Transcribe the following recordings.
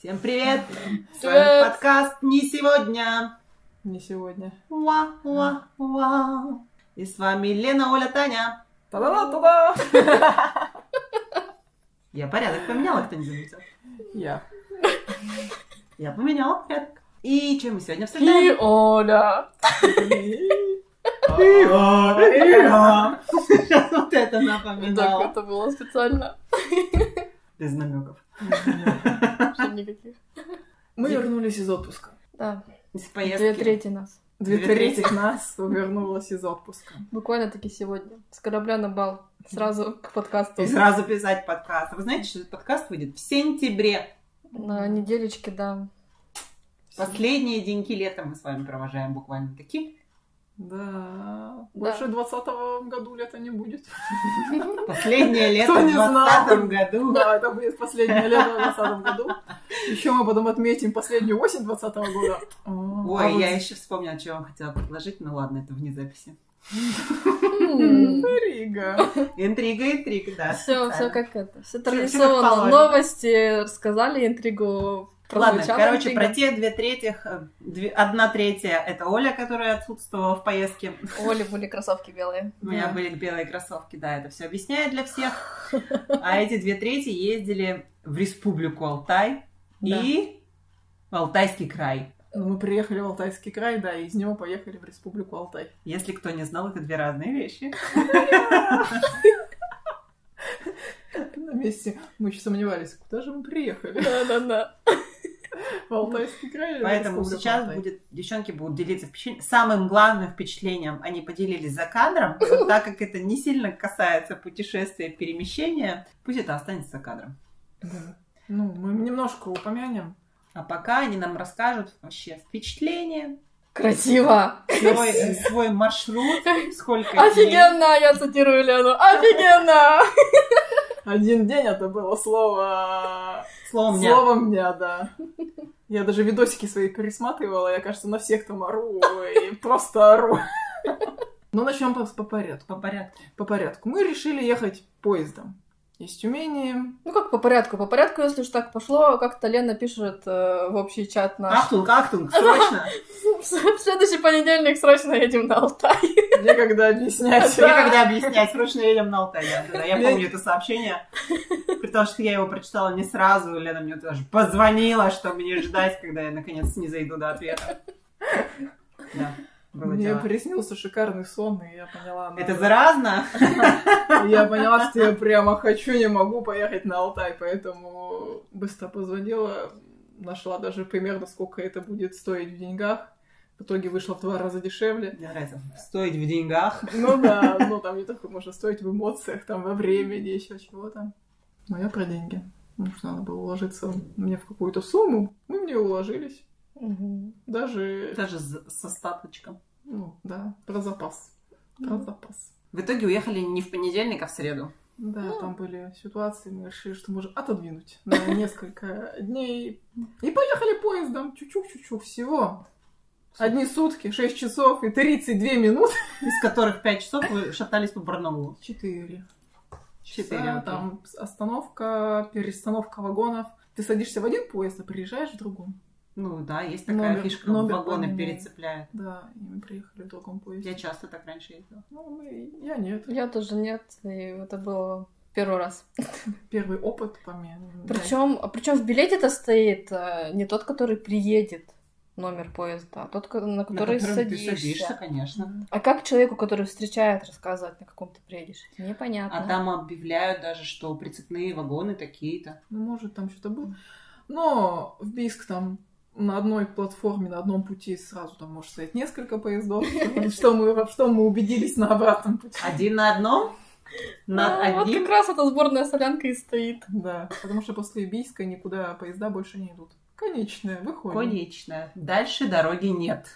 Всем привет! С вами подкаст «Не сегодня». Не сегодня. Уа-уа-уа. И с вами Лена, Оля, Таня. Та-да-да-та-да! Я порядок поменяла, кто не заметил. Я поменяла порядок. И что мы сегодня обсуждаем? И Оля. Сейчас вот это напоминало. Так, это было специально. Без намеков. Вообще никаких. Мы вернулись из отпуска. Да. Из поездки. 2/3 нас. 2/3 нас вернулась из отпуска. Буквально-таки сегодня. С корабля на бал. Сразу к подкасту. И сразу писать подкаст. Вы знаете, что этот подкаст выйдет в сентябре? На неделечке, да. Последние деньки лета мы с вами провожаем буквально таки. Да. Больше в 2020 году лета не будет. Последнее лето Кто в не знал? 2020 году. Да, это будет последнее лето в 2020 году. Еще мы потом отметим последнюю осень 2020 года. Ой, я еще вспомнила, что я вам хотела предложить. Ну ладно, это вне записи. Интрига. Интрига, да. Все как это. Все как традиционно. положено. Новости рассказали, интригу Ладно, прозвучала короче, интрига. про те 2/3, 1/3 это Оля, которая отсутствовала в поездке. У Оли были кроссовки белые. У меня Да. были белые кроссовки, да, это все объясняет для всех. А эти 2/3 ездили в Республику Алтай Да. и в Алтайский край. Ну, мы приехали в Алтайский край, да, и из него поехали в Республику Алтай. Если кто не знал, это две разные вещи. На месте мы еще сомневались, куда же мы приехали? Да. В Алтайский край или в Поэтому Республику сейчас Алтай? девчонки будут делиться впечатлением. Самым главным впечатлением они поделились за кадром. Но так как это не сильно касается путешествия, перемещения, пусть это останется за кадром. Да. Ну, мы немножко упомянем. А пока они нам расскажут вообще впечатления, Красиво. свой маршрут, сколько дней. Офигенно, я цитирую Лену. Офигенно. Один день это было слово... Словом дня. Словом дня, да. Я даже видосики свои пересматривала, я, кажется, на всех там ору и просто ору. Ну, начнем по порядку. По порядку. По порядку. Мы решили ехать поездом из Тюмени. Ну как по порядку? По порядку, если уж так пошло, как-то Лена пишет в общий чат наш. Ахтунг, срочно. В следующий понедельник срочно едем на Алтай. Некогда объяснять. Некогда объяснять, срочно едем на Алтай. Да, я помню это сообщение. При том, что я его прочитала не сразу, Лена мне тоже позвонила, чтобы не ждать, когда я наконец не зайду до ответа. Да, было Мне дело. приснился шикарный сон, и я поняла... Это заразно? Я поняла, что я прямо хочу, не могу поехать на Алтай, поэтому быстро позвонила, нашла даже примерно, сколько это будет стоить в деньгах. В итоге вышло в 2 раза дешевле. Мне нравится стоить в деньгах. Ну да, ну там не только можно стоить в эмоциях, там во времени, еще чего-то. Но я про деньги. Потому что надо было уложиться мне в какую-то сумму. Мы в нее уложились. Даже, с остаточком. ну да, про запас. Про запас. В итоге уехали не в понедельник, а в среду. Да, там были ситуации, мы решили, что можем отодвинуть на несколько дней. И поехали поездом, чуть-чуть всего. Одни сутки, 6 часов и 32 минуты. Из которых 5 часов вы шатались по Барнаулу. 4 4, часа, окей. там остановка, перестановка вагонов. Ты садишься в один поезд, а приезжаешь в другом. Ну да, есть такая фишка, вагоны поменяем. перецепляют. Да, и мы приехали в другом поезде. Я часто так раньше ездила. Ну, я нет. Я тоже нет, и это было первый раз. Первый опыт поменял. Причем в билете-то стоит не тот, который приедет, номер поезда, а тот, на который ты садишься. садишься, конечно. А как человеку, который встречает, рассказывать, на каком ты приедешь? Непонятно. А там объявляют даже, что прицепные вагоны такие-то. Ну, может, там что-то было. Но в Бийск там на одной платформе, на одном пути сразу там может стоять несколько поездов. Что мы убедились на обратном пути. Один на одном? Над Вот одним? как раз эта сборная солянка и стоит. Да, потому что после Бийска никуда поезда больше не идут. Конечная, выходим. Конечно. Дальше дороги нет.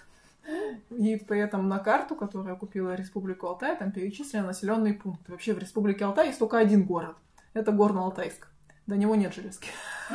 И при этом на карту, которую я купила Республику Алтай, там перечислены населенные пункты. Вообще в Республике Алтай есть только один город. Это Горно-Алтайск. До него нет железки.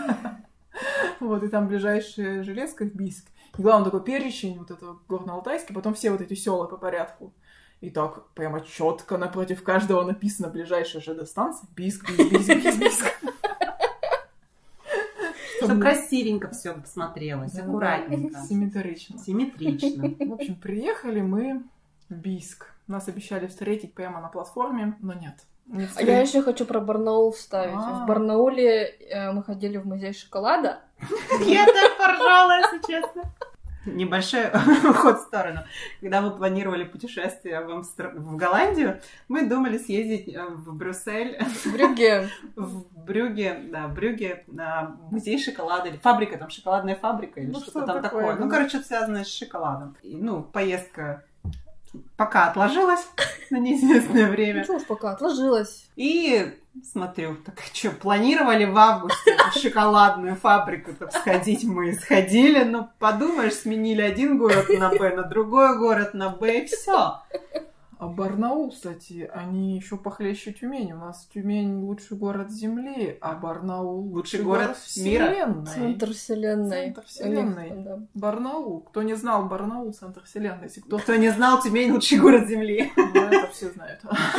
Вот, и там ближайшая железка в Бийск. И главное, такой перечень вот этого Горно-Алтайска, потом все вот эти села по порядку. И так прямо четко напротив каждого написано ближайшая ЖД-станция. Бийск. Чтобы красивенько все смотрелось, аккуратненько. Симметрично. Симметрично. В общем, приехали мы в Бийск. Нас обещали встретить прямо на платформе, но нет. А я еще хочу про Барнаул вставить. В Барнауле мы ходили в музей шоколада. Я так поржала, если честно. Небольшой уход в сторону. Когда мы планировали путешествие в Голландию, мы думали съездить в Брюссель. Брюгге. В Брюгге на музей шоколада. Или фабрика, там шоколадная фабрика или что-то там такое. Ну, короче, связанное с шоколадом. Поездка пока отложилась на неизвестное время. Ну, что ж, пока отложилась. И смотрю, так что, планировали в августе в шоколадную фабрику-то сходить, мы сходили, но подумаешь, сменили один город на Б, на другой город на Б, и все. А Барнаул, кстати, они еще похлеще Тюмени. У нас Тюмень лучший город Земли, а Барнаул лучший город Вселенной. Центр Вселенной. Центр Вселенной. Да. Барнаул. Кто не знал, Барнаул центр Вселенной. Если кто не знал, Тюмень лучший город Земли. Это все знают.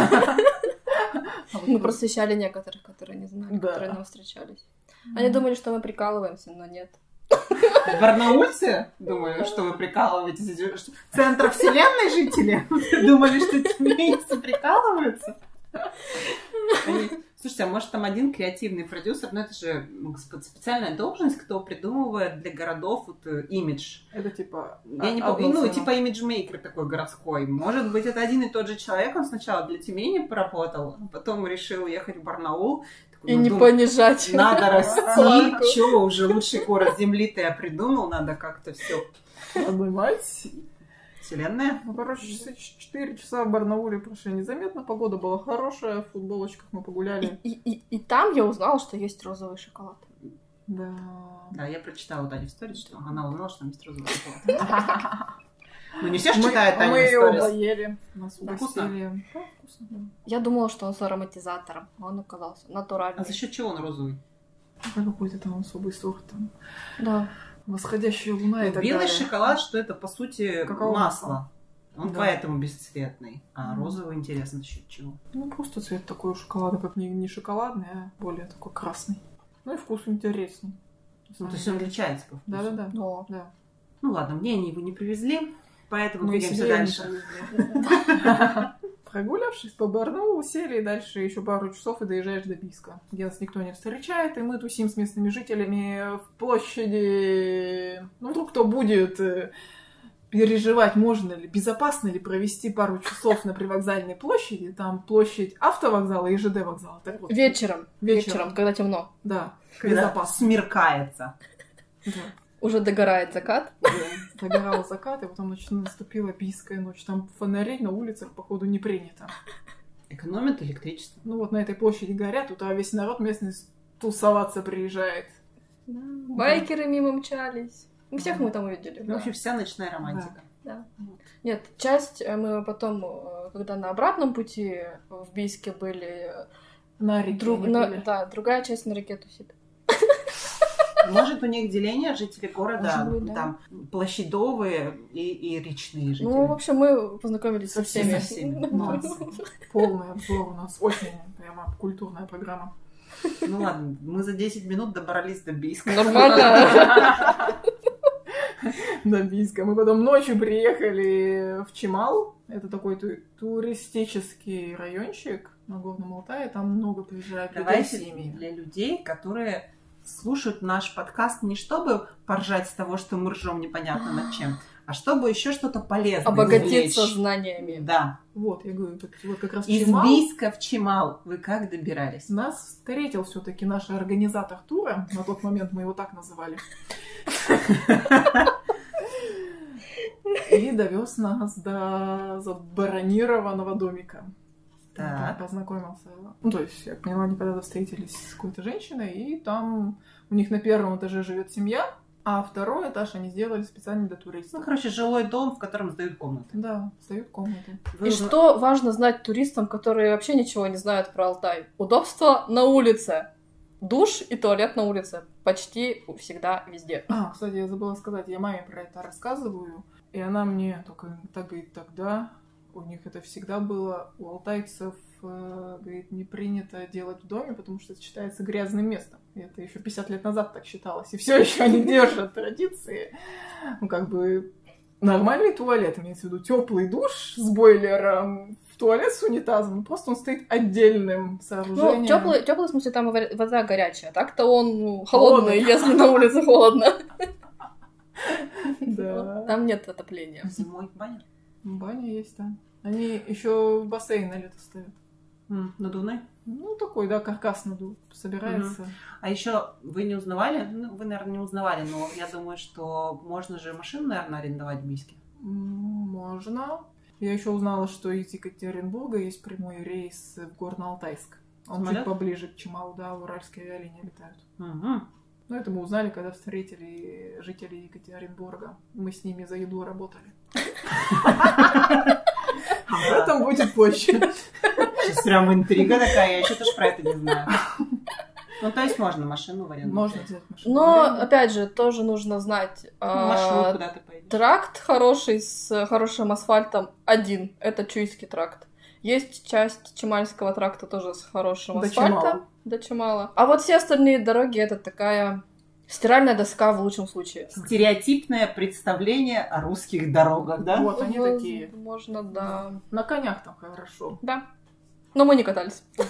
Мы просвещали некоторых, которые не знали, которые нам встречались. Они думали, что мы прикалываемся, но нет. Барнаульцы думали, что вы прикалываетесь. Центр Вселенной жители думали, что тюменцы прикалываются. Слушайте, а может там один креативный продюсер, но это же специальная должность, кто придумывает для городов имидж. Это типа... Я не помню, типа имиджмейкер такой городской. Может быть, это один и тот же человек, он сначала для Тюмени поработал, а потом решил ехать в Барнаул. И не понижать. Надо расти. Чего уже лучший город Земли-то я придумал, надо как-то все поднимать. Вселенная. Ну, короче, 4 часа в Барнауле прошли незаметно, погода была хорошая, в футболочках мы погуляли. И там я узнала, что есть розовый шоколад. Да. Да, я прочитала Таню в сторис, что она узнала, что там есть розовый шоколад. Ну, не все же читают Таню в сторис. Мы его поели. Нас угостили. Вкусно. Я думала, что он с ароматизатором, а он оказался натуральный. А за счет чего он розовый? Какой-то там особый сорт. Да. Восходящая луна и так белый далее. шоколад, что это, по сути, масло. Он Да. поэтому бесцветный. А розовый, интересно, за счет чего? Ну, просто цвет такой у шоколада, как не шоколадный, а более такой красный. Ну и вкус интересный. Ну, то есть он отличается по вкусу. Да. Ну ладно, мне они его не привезли, поэтому Мы двигаемся дальше. Прогулявшись по Барнаулу, сели и дальше еще пару часов и доезжаешь до Бийска, где нас никто не встречает, и мы тусим с местными жителями в площади. Ну, вдруг кто будет переживать, можно ли, безопасно ли провести пару часов на привокзальной площади. Там площадь автовокзала и ЖД вокзала. Так вот. Вечером, когда темно. Да, когда безопасно. Смеркается. Да. Уже догорает закат. Да, догорал закат, и потом наступила Бийская ночь. Там фонарей на улицах, походу, не принято. Экономят электричество. Ну вот на этой площади горят, тут весь народ местный тусоваться приезжает. Да. Байкеры мимо мчались. Всех мы там увидели. Ну, в общем, вся ночная романтика. Да. Нет, часть мы потом, когда на обратном пути в Бийске были... На реке. Да, другая часть на реке тусит. Может, у них деление жителей города, быть, да. там площадовые и речные жители. Ну, в общем, мы познакомились со всеми. Полный обзор у нас. Очень прямо культурная программа. Ну ладно, мы за 10 минут добрались до Бийска. Нормально. До Бийска. Мы потом ночью приехали в Чимал. Это такой туристический райончик на Горном Алтае. Там много приезжают людей с семьями. Для людей, которые слушают наш подкаст не чтобы поржать с того, что мы ржем непонятно над чем, а чтобы еще что-то полезное обогатиться извлечь. знаниями. Да. Вот, я говорю, вот как раз из Чимал. Бийска в Чимал вы как добирались? Нас встретил все-таки наш организатор тура. На тот момент мы его так называли. И довез нас до забронированного домика. Так. Познакомился. Ну, то есть, я поняла, они когда-то встретились с какой-то женщиной, и там у них на первом этаже живет семья, а второй этаж они сделали специально для туристов. Ну, короче, жилой дом, в котором сдают комнаты. Да, сдают комнаты. И что важно знать туристам, которые вообще ничего не знают про Алтай? Удобство на улице. Душ и туалет на улице. Почти всегда везде. Кстати, я забыла сказать, я маме про это рассказываю, и она мне только так говорит, тогда у них это всегда было, у алтайцев говорит, не принято делать в доме, потому что это считается грязным местом. И это еще 50 лет назад так считалось. И все еще они держат традиции. Ну, как бы нормальный туалет, имеется в виду теплый душ с бойлером, в туалет с унитазом, просто он стоит отдельным сооружением. Ну, теплый, в смысле, там вода горячая. Так-то он холодный, если на улице холодно. Да. Там нет отопления. Зимой баня? Баня есть, да. Они еще в бассейн на лето ставят. Надувной? Ну, такой, да, каркас собирается. А еще вы не узнавали? Ну, вы, наверное, не узнавали, но я думаю, что можно же машину, наверное, арендовать в Бийске. Можно. Я еще узнала, что из Екатеринбурга есть прямой рейс в Горно-Алтайск. Он Самолет? чуть поближе к Чималу, да, уральские авиалинии летают. Угу. Ну, это мы узнали, когда встретили жителей Екатеринбурга. Мы с ними за еду работали. Об этом будет позже. Сейчас прям интрига такая, я что-то ж про это не знаю. Ну, то есть можно машину в аренду. Можно взять машину. Но, опять же, тоже нужно знать... Маршрут, куда ты поедешь. Тракт хороший, с хорошим асфальтом один. Это Чуйский тракт. Есть часть Чимальского тракта тоже с хорошим До асфальтом. Чимала. До Чимала. А вот все остальные дороги это такая стиральная доска в лучшем случае. Стереотипное представление о русских дорогах, да? Вот они такие. Можно, да. На конях там хорошо. Да. Но мы не катались. Да.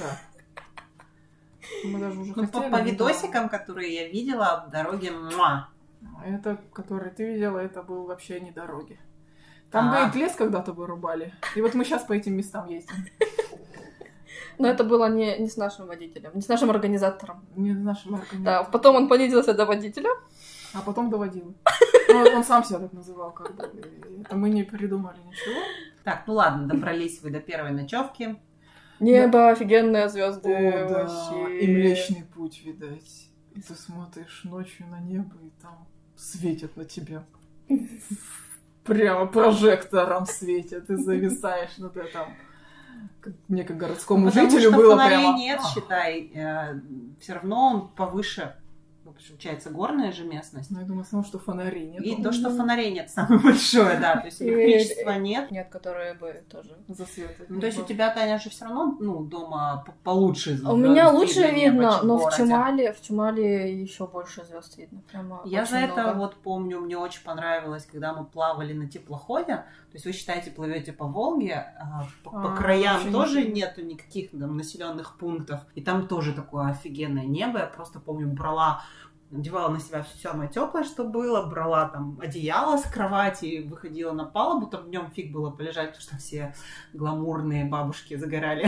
Мы даже уже Ну, хотели. по видосикам, которые я видела, дороги муа. Это, который ты видела, это был вообще не дороги. Там, говорит, лес когда-то вырубали. И вот мы сейчас по этим местам ездим. Но это было не с нашим водителем, не с нашим организатором. Не нашим организатором. Да, потом он понизился до водителя. А потом доводил. Ну, он сам себя так называл, как бы. Это мы не придумали ничего. Так, ну ладно, добрались вы до первой ночевки. Небо, офигенные звезды. О, да. вообще. И Млечный Путь, видать. И ты смотришь ночью на небо, и там светят на тебя. Прямо прожектором светят. Ты зависаешь над этим. Мне как городскому жителю что было фонарей прямо... нет, считай. Все равно он повыше. Получается, горная же местность. Ну, я думаю, снова, что фонарей нет. И то, что фонарей нет, самое большое, да. То есть электричества нет. Нет, которые бы тоже... Засветят. Ну, то есть у тебя, Таня, же все равно, ну, дома получше. У меня лучше видно, видно, чем но в в Чимале еще больше звезд видно. Прямо Я очень за это много. вот помню, мне очень понравилось, когда мы плавали на теплоходе. То есть вы считаете, плывете по Волге, а по краям вообще тоже ничего. нету никаких там населенных пунктов. И там тоже такое офигенное небо. Я просто помню, надевала на себя все самое теплое, что было, брала там одеяло с кровати, выходила на палубу, там днем фиг было полежать, потому что все гламурные бабушки загорали.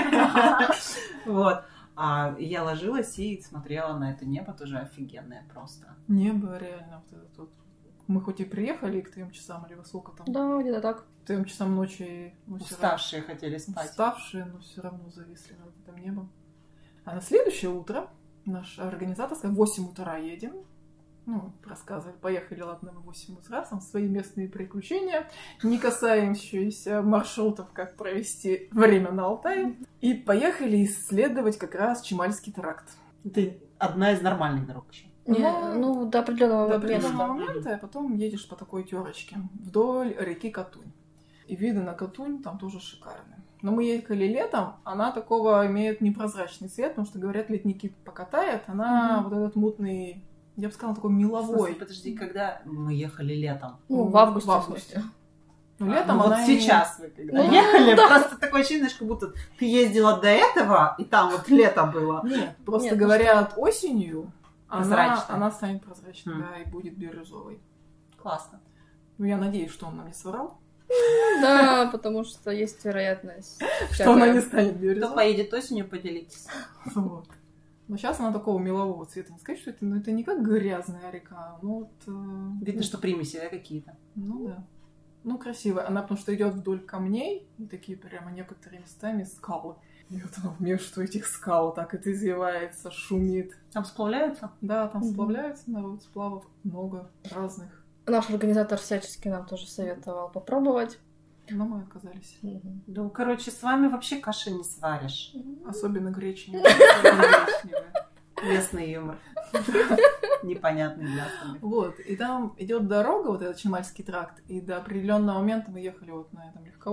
Вот. А я ложилась и смотрела на это небо, тоже офигенное просто. Небо реально вот это вот. Мы хоть и приехали к 3 часам или во сколько там? Да, где-то так. К 3 часам ночи мы всё равно- Уставшие хотели спать. Уставшие, но все равно зависли над этим небом. А на следующее утро наш организатор сказал, в 8 утра едем. Ну, рассказывали, поехали, ладно, в 8 утра, там свои местные приключения, не касающиеся маршрутов, как провести время на Алтае. И поехали исследовать как раз Чимальский тракт. Это одна из нормальных дорог еще. Ну, до определенного До места. определенного момента, а потом едешь по такой терочке вдоль реки Катунь. И виды на Катунь там тоже шикарные. Но мы ехали летом, она такого имеет непрозрачный цвет, потому что, говорят, ледники покатает, она вот этот мутный, я бы сказала, такой меловой. Подожди, когда мы ехали летом? Ну, в августе. В августе. Ну, летом Ну, она вот и- сейчас вы когда Ну, ехали, да. просто такое ощущение, как будто ты ездила до этого, и там вот лето было. Нет, просто Нет, говорят, осенью Прозрачная. она станет прозрачной, Хм. да, и будет бирюзовой. Классно. Ну, я надеюсь, что он нам не соврал, Да, потому что есть вероятность. что она не всякая. станет Кто бирюзовой. поедет осенью, поделитесь. Вот. Но сейчас она такого мелового цвета. Не сказать, что это, ну, это не как грязная река, ну вот... Видно, что примеси, да, какие-то. Ну да. Ну, красивая. Она потому что идет вдоль камней, и такие прямо некоторыми местами скалы. И вот она между этих скал так это извивается, шумит. Там сплавляются? Да, там Мгм. сплавляются народ, сплавов много разных. Наш организатор всячески нам тоже советовал попробовать. Но мы отказались. Да, короче, с вами вообще каши не сваришь. Особенно гречневые. Местный юмор. Непонятный для остальных. Вот, и там идет дорога, вот этот Чимальский тракт, и до определенного момента мы ехали вот на этом легковом,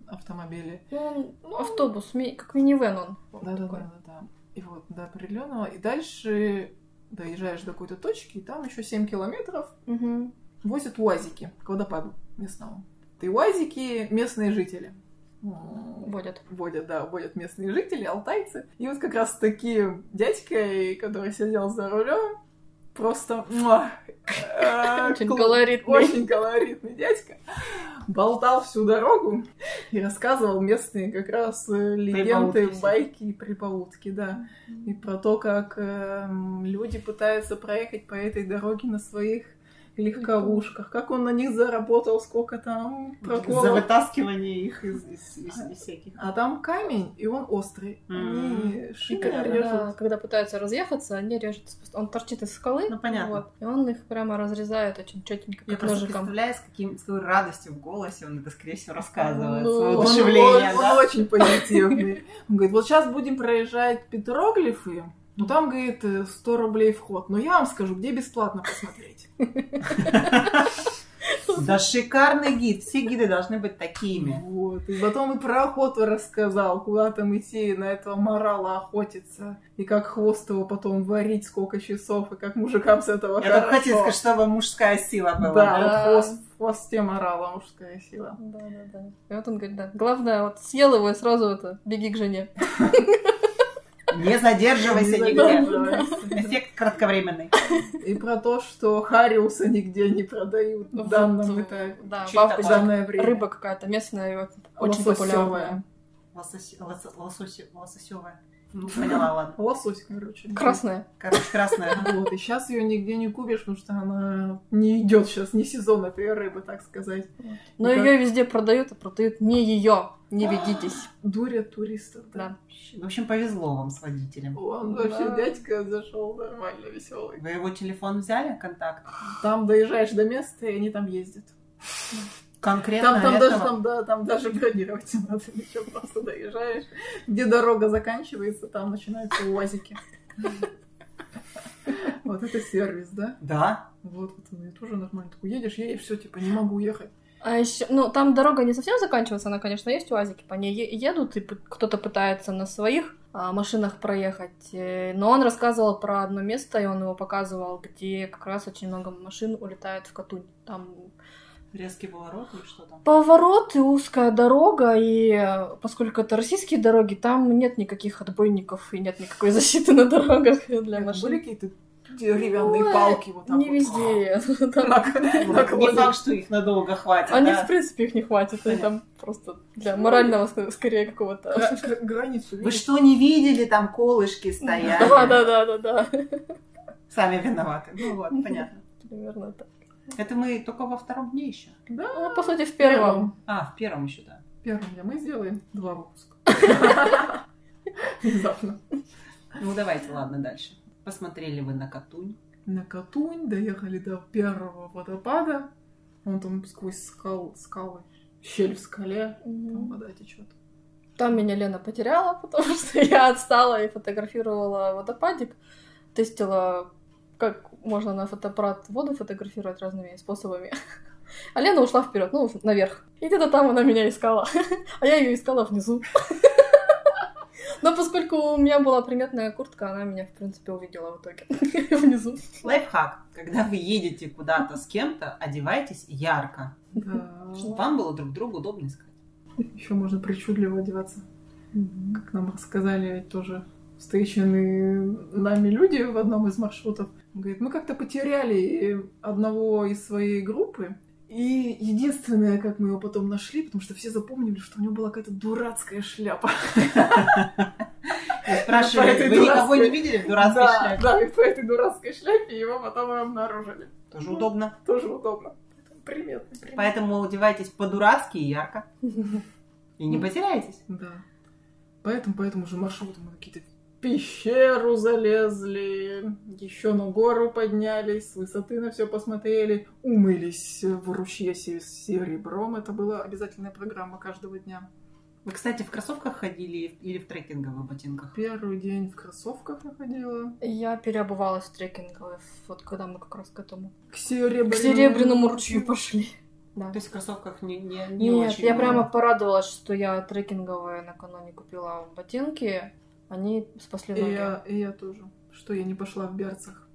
автомобили. Ну, автобус, как минивэн он. Да. И вот до определенного. И дальше доезжаешь до какой-то точки, и там еще 7 километров возят УАЗики к водопаду местному. И УАЗики местные жители. Водят местные жители, алтайцы. И вот как раз такие дядька, который сидел за рулем, просто очень колоритный. Очень колоритный дядька. Болтал всю дорогу и рассказывал местные как раз легенды, байки и припаутки, да. И про то, как люди пытаются проехать по этой дороге на своих легковушках, как он на них заработал, сколько там проколов. За вытаскивание их из всяких. А там камень, и он острый. Они шикарно режут. Когда пытаются разъехаться, они режут. Он торчит из скалы. Ну, понятно. Вот, и он их прямо разрезает очень четенько, Я как ножиком. представляю, с какой радостью в голосе он это, скорее всего, рассказывает. Ну, свое воодушевление, он очень позитивный. Он говорит, вот сейчас будем проезжать петроглифы, ну там, говорит, 100 рублей вход. Но я вам скажу, где бесплатно посмотреть. Да шикарный гид. Все гиды должны быть такими. Вот. И потом и про охоту рассказал, куда там идти на этого морала охотиться. И как хвост его потом варить, сколько часов, и как мужикам с этого Я так хотела сказать, чтобы мужская сила была. Да, вот в хвосте морала мужская сила. Да. И вот он говорит, да. Главное, вот съел его и сразу беги к жене. Не задерживайся нигде. Эффект кратковременный. И про то, что Хариуса нигде не продают в данном этапе. Да, в Августе данное время. Рыба какая-то местная, очень популярная. Лососевая. Ну, поняла, ладно. Лосось, короче. Красная. Красная. Вот, и сейчас ее нигде не купишь, потому что она не идет сейчас, не сезон этой рыбы, так сказать. Но ее везде продают, а продают не ее. Не ведитесь. Дурят туристов, да. В общем, повезло вам с водителем. Он вообще дядька зашел нормально, веселый. Вы его телефон взяли, контакт? Там доезжаешь до места, и они там ездят. Конкретно там даже бронировать не надо, ничего, просто доезжаешь. Где дорога заканчивается, там начинаются УАЗики. Вот это сервис, да? Да. Вот, это тоже нормально. Такой едешь, все, типа, не могу ехать. А еще, там дорога не совсем заканчивается, она, конечно, есть УАЗики, по ней едут, и кто-то пытается на своих машинах проехать. Но он рассказывал про одно место, и он его показывал, где как раз очень много машин улетает в Катунь. Там резкий поворот или что там? Поворот и узкая дорога, и поскольку это российские дороги, там нет никаких отбойников и нет никакой защиты на дорогах для машин. Были какие-то деревянные палки вот так не вот. везде. Не факт, что их надолго хватит. Они, в принципе, их не хватит. Они там просто для морального, скорее, какого-то... Границу. Вы что, не видели? Там колышки стоят. Да. Сами виноваты. Ну вот, понятно. Примерно так. Это мы только во втором дне еще. Да. Ну, по сути, в первом. В первом еще, да. В первом дне мы сделаем 2 выпуска. Внезапно. Ну, давайте, ладно, дальше. Посмотрели вы на Катунь. На Катунь, доехали до первого водопада. Он там сквозь скалы, щель в скале, там вода течет. Там меня Лена потеряла, потому что я отстала и фотографировала водопадик. Тестила, как можно на фотоаппарат воду фотографировать разными способами. А Лена ушла вперед, наверх. И где-то там она меня искала. А я ее искала внизу. Но поскольку у меня была приметная куртка, она меня, в принципе, увидела в итоге внизу. Лайфхак. Когда вы едете куда-то с кем-то, одевайтесь ярко. Да. Чтобы вам было друг другу удобно искать. Еще можно причудливо одеваться. Как нам рассказали тоже встреченные нами люди в одном из маршрутов. Он говорит, мы как-то потеряли одного из своей группы. И единственное, как мы его потом нашли, потому что все запомнили, что у него была какая-то дурацкая шляпа. Спрашивали, вы никого не видели в дурацкой шляпе? Да, и по этой дурацкой шляпе его потом и обнаружили. Тоже удобно. Тоже удобно. Приметно. Поэтому одевайтесь по-дурацки и ярко. И не потеряйтесь. Да. Поэтому по этому же маршруту мы какие-то пещеру залезли, еще на гору поднялись, с высоты на все посмотрели, умылись в ручье с серебром. Это была обязательная программа каждого дня. Вы, кстати, в кроссовках ходили или в трекинговых ботинках? Первый день в кроссовках я ходила. Я переобувалась в трекинговые, вот когда мы как раз к этому... К серебряному ручью пошли. Да. То есть в кроссовках не Нет, очень... я прямо порадовалась, что я трекинговые накануне купила ботинки. Они спасли ноги. И я тоже. Что я не пошла в берцах.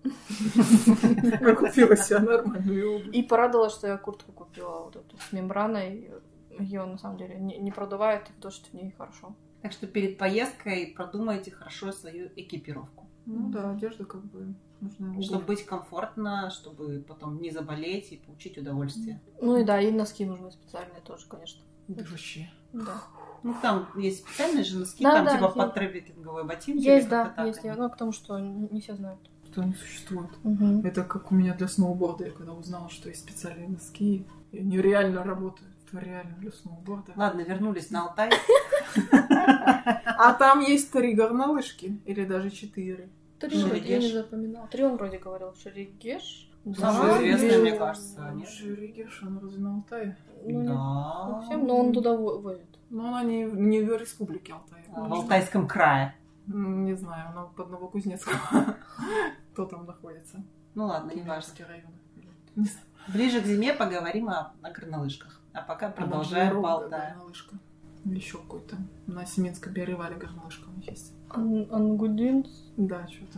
Я купила себе нормальную обувь. И порадовалась, что я куртку купила вот эту с мембраной. Ее на самом деле не продувает, и в дождь в ней хорошо. Так что перед поездкой продумайте хорошо свою экипировку. Ну да, одежда как бы нужна. Чтобы быть комфортно, чтобы потом не заболеть и получить удовольствие. Ну и да, и носки нужны специальные тоже, конечно. Вообще. Да. Ну там есть специальные же носки, Да, там да, типа есть. под трекинговые ботинки. Есть, или да, как-то так есть. они. Ну, потому что не все знают. Что они существуют. Угу. Это как у меня для сноуборда. Я когда узнала, что есть специальные носки, и они реально работают. Это реально для сноуборда. Ладно, вернулись на Алтай. А там есть 3 горнолыжки. Или даже 4. 3 вроде, я не Шерегеш. запоминала. 3 он вроде говорил. Шерегеш. Самое Да, известное, ну, мне кажется, нет? Шерегеш, он разве на Алтае? Ну, не Да. совсем, но он туда возит. Но она не в республике Алтай. В Алтайском крае. Не знаю, она под Новокузнецком. Кто там находится? Ну ладно, не важно. Кемеровский район. Не знаю. Ближе к зиме поговорим о горнолыжках. А пока продолжаем по Алтаю. Горнолыжка. Еще какой-то. На Семенском перевале горнолыжка у них есть. Ангудинс. Да, что-то.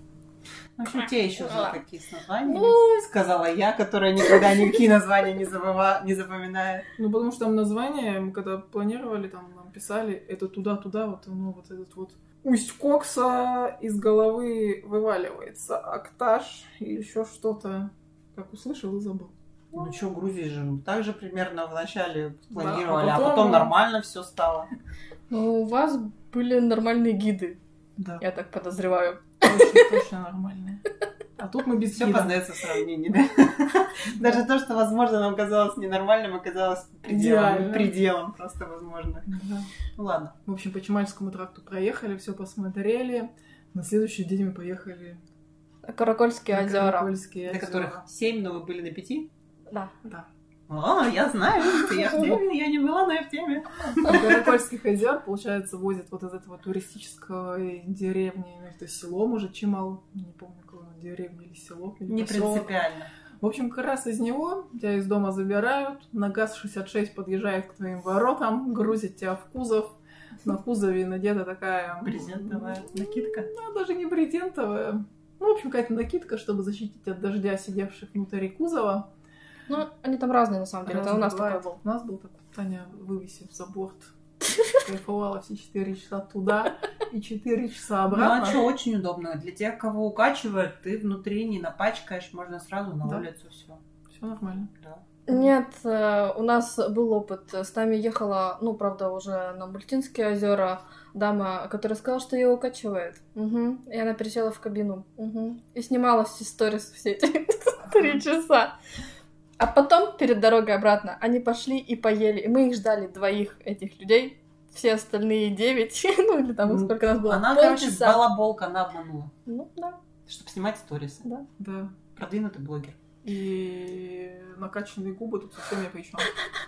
В общем, те еще такие с названиями. Ну, Сказала я, которая никогда никакие названия не запоминает. Ну, потому что там название, мы когда планировали, там нам писали, это туда-туда, вот оно, вот этот вот усть кокса из головы вываливается, актаж и еще что-то. Как услышал и забыл. Ну что, Грузия же так же примерно вначале Да, планировали, а а потом- потом нормально все стало. ну, у вас были нормальные гиды, Да, я так подозреваю. точно нормальные. А тут мы без Все гида. познается в сравнении, да? Даже то, что, возможно, нам казалось ненормальным, оказалось Идеально. пределом просто возможно. Да. Ну ладно. В общем, по Чемальскому тракту проехали, все посмотрели. На следующий день мы поехали Каракольские на озера. Каракольские До озера. которых 7, но вы были на 5. Да. Да. О, я знаю, я в теме, я не была, но я в теме. До Каракольских озер, получается, возят вот из этого туристического деревни, ну, это село, может, Чемал, не помню, какое оно, деревня или село, или Не посёлок. принципиально. В общем, как раз из него тебя из дома забирают, на ГАЗ-66 подъезжает к твоим воротам, грузят тебя в кузов, на кузове надета такая... Брезентовая накидка. Ну, даже не брезентовая. Ну, в общем, какая-то накидка, чтобы защитить от дождя сидевших внутри кузова. Ну, они там разные, на самом деле. Это у нас такой бывает. был. У нас был такой. Таня, вывесив за борт, кайфовала все 4 часа туда и 4 часа Ну обратно. а что, очень удобно. Для тех, кого укачивает, ты внутри не напачкаешь, можно сразу на Да. улицу все. Все нормально. Да. Нет, у нас был опыт. С нами ехала, ну, правда, уже на Мультинские озера дама, которая сказала, что ее укачивает. Угу. И она пересела в кабину. Угу. И снимала все сторис все эти 3 часа. А потом, перед дорогой обратно, они пошли и поели. И мы их ждали, 2 этих людей. Все остальные 9, ну или там Ну, сколько нас было, Она, короче, полчаса. балаболка, она обманула. Ну, да, Чтобы снимать сторисы. да. Да. Продвинутый блогер. И накачанные губы тут совсем не при чём.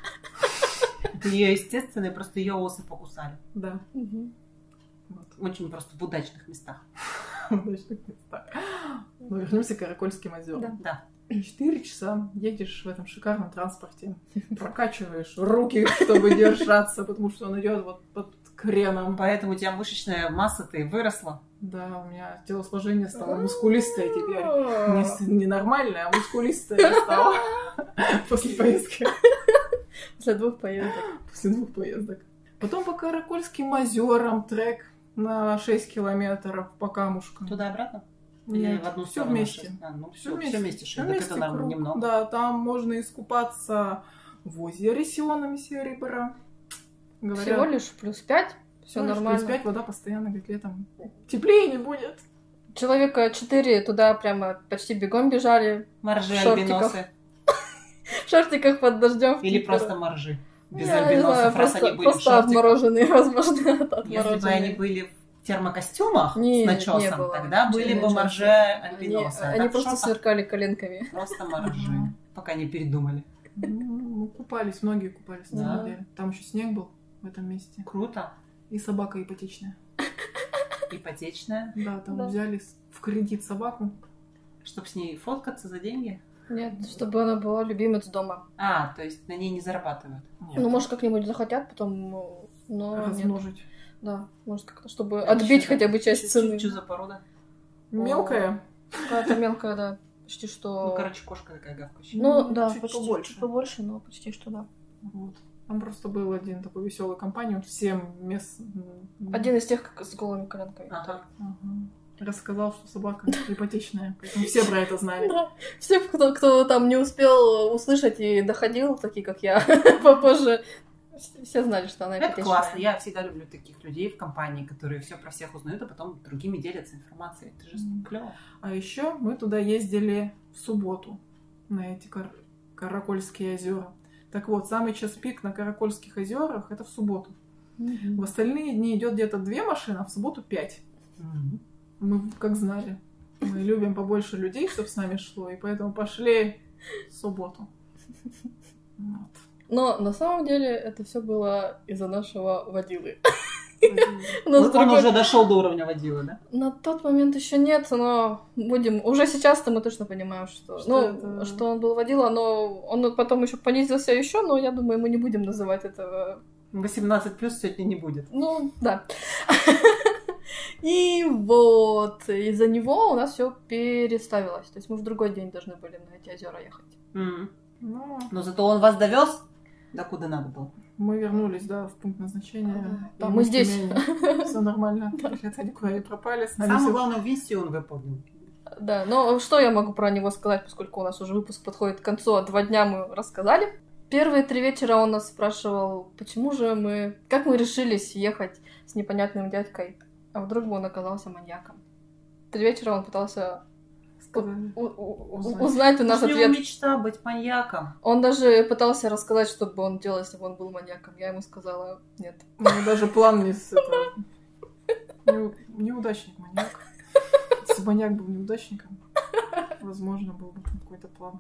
Это ее естественные, просто ее осы покусали. Да. Мгм. Вот. Очень просто в удачных местах. Удачных местах. Но вернемся к Каракольским озерам. Да. Да. 4 часа едешь в этом шикарном транспорте, прокачиваешь руки, чтобы держаться, потому что он идет вот под креном. Поэтому у тебя мышечная масса-то и выросла. Да, у меня телосложение стало мускулистое теперь. Не нормальное, а мускулистое я стала после поездки. После 2 поездок. После 2 поездок. Потом по Каракольским озерам трек на 6 километров по камушкам. Туда-обратно? Или Нет, в одну все сторону? вместе. А, ну Всё все вместе. Всё Так вместе это, наверное, круг. немного. Да, там можно искупаться в озере Сионами Серебра. Всего лишь +5, все нормально. Плюс 5 вода постоянно, как летом. Теплее не будет. Человека 4 туда прямо почти бегом бежали. Моржи, В шортиках. альбиносы. В шортиках под дождем. Или просто моржи. Без Я не альбиносов, знаю, раз они были в просто шортиках. отмороженные, возможно, от Если бы они отмороженные. были в термокостюмах Не, с не начесом, было. тогда были бы Начеса. моржи Они, альбиносы. А они так в просто шортах сверкали коленками. просто моржи. Мгм. Пока не передумали. Ну, купались, многие купались, на Да. самом деле. Там еще снег был в этом месте. Круто. И собака ипотечная. Ипотечная. Да, там Да. взяли в кредит собаку. Чтоб с ней фоткаться за деньги. Нет, чтобы она была любимец дома. То есть на ней не зарабатывают? Нет. Ну, может, как-нибудь захотят потом, но нет. Размножить. Да, может, как-то, чтобы отбить хотя бы часть цены. Что за порода? Мелкая. Какая-то мелкая, да. Почти что... Ну, короче, кошка такая гавкающая. Ну, да, чуть почти побольше. чуть побольше, но почти что да. Вот. Там просто был один такой веселый компаньон, всем Один из тех, как с голыми коленками. Ага. Рассказал, что собака ипотечная, поэтому все про это знали. Да. Все, кто там не успел услышать и доходил, такие как я, попозже, все знали, что она Это ипотечная. классно. Я всегда люблю таких людей в компании, которые все про всех узнают, а потом другими делятся информацией. Это же клево. А еще мы туда ездили в субботу на эти Каракольские озера. Так вот, самый час пик на Каракольских озерах это в субботу. В остальные дни идет где-то 2 машины, а в субботу 5. Мы как знали. Мы любим побольше людей, чтобы с нами шло, и поэтому пошли в субботу. Вот. Но на самом деле это все было из-за нашего водилы. Он уже дошел до уровня водила, да? На тот момент еще нет, но будем. Уже сейчас-то мы точно понимаем, что он был водила, но он потом еще понизился еще, но я думаю, мы не будем называть этого. 18+ сегодня не будет. Ну, да. И вот, из-за него у нас все переставилось. То есть мы в другой день должны были на эти озера ехать. Но зато он вас довез до куда надо было. Мы вернулись, да, в пункт назначения. Да, мы здесь. Все нормально. Хотя никуда не пропали. Самую главную миссию он выполнил. Да, но что я могу про него сказать, поскольку у нас уже выпуск подходит к концу, а 2 дня мы рассказали. Первые 3 вечера он нас спрашивал, как мы решились ехать с непонятным дядькой, а вдруг бы он оказался маньяком. 3 вечера он пытался узнать у нас Это же ответ. его мечта быть маньяком. Он даже пытался рассказать, что бы он делал, если бы он был маньяком. Я ему сказала, нет. Ну, даже план неудачник маньяк. Если маньяк был неудачником, возможно, был бы там какой-то план.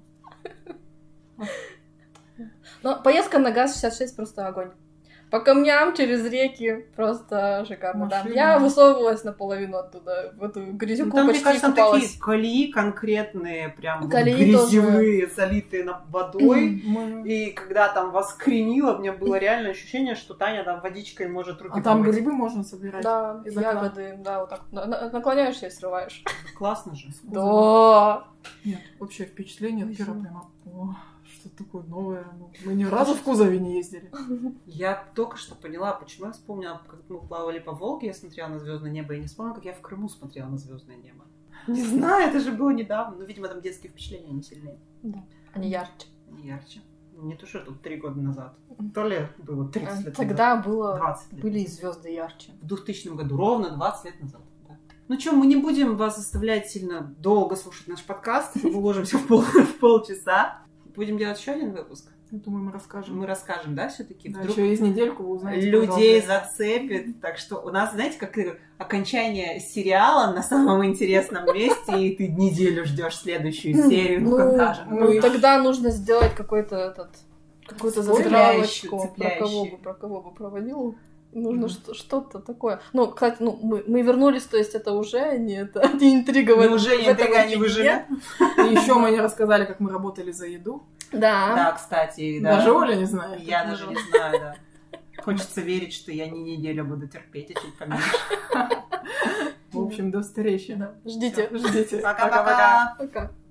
Но поездка на ГАЗ-66 просто огонь. По камням через реки просто шикарно, да. Я высовывалась наполовину оттуда, в эту грязюку там, почти мне кажется, там купалась. такие колеи конкретные, прям Колеи грязевые, залитые водой. И когда там вас кренило, у меня было реальное ощущение, что Таня там водичкой может руки там помыть. грибы можно собирать. Да, ягоды, да, вот так наклоняешься и срываешь. Классно же. Да. Нет, общее впечатление от первого прямо... Что такое новое? Мы ни разу в кузове не ездили. Я только что поняла, почему я вспомнила, как мы плавали по Волге, я смотрела на звездное небо, и не вспомнила, как я в Крыму смотрела на звездное небо. Не знаю, это же было недавно. Ну, видимо, там детские впечатления не сильнее. Да. Они ярче. Не ярче. Не то, что тут 3 года назад. То ли было 30 лет назад. Тогда было 20 лет были назад. Звезды ярче. В 2000 году, ровно 20 лет назад. Да. Ну что, мы не будем вас заставлять сильно долго слушать наш подкаст. Мы уложимся в полчаса. Будем делать еще один выпуск? Я думаю, мы расскажем. Мы расскажем, да, все-таки? Да, вдруг через недельку вы узнаете. людей зацепит. Так что у нас, знаете, как окончание сериала на самом интересном месте, и ты неделю ждешь следующую серию. Ну, тогда нужно сделать какую-то затравочку. цепляющую. Про кого бы проводил. Нужно что-то такое. Ну, кстати, мы вернулись, то есть это уже не интрига. Мы уже интрига не выжили. И еще мы не рассказали, как мы работали за еду. Да. Да, кстати. Да. Даже Оля не знает. Я даже не знаю, да. Хочется верить, что я не неделю буду терпеть, а чуть поменьше. В общем, до встречи. Ждите. Ждите. Пока-пока. Пока.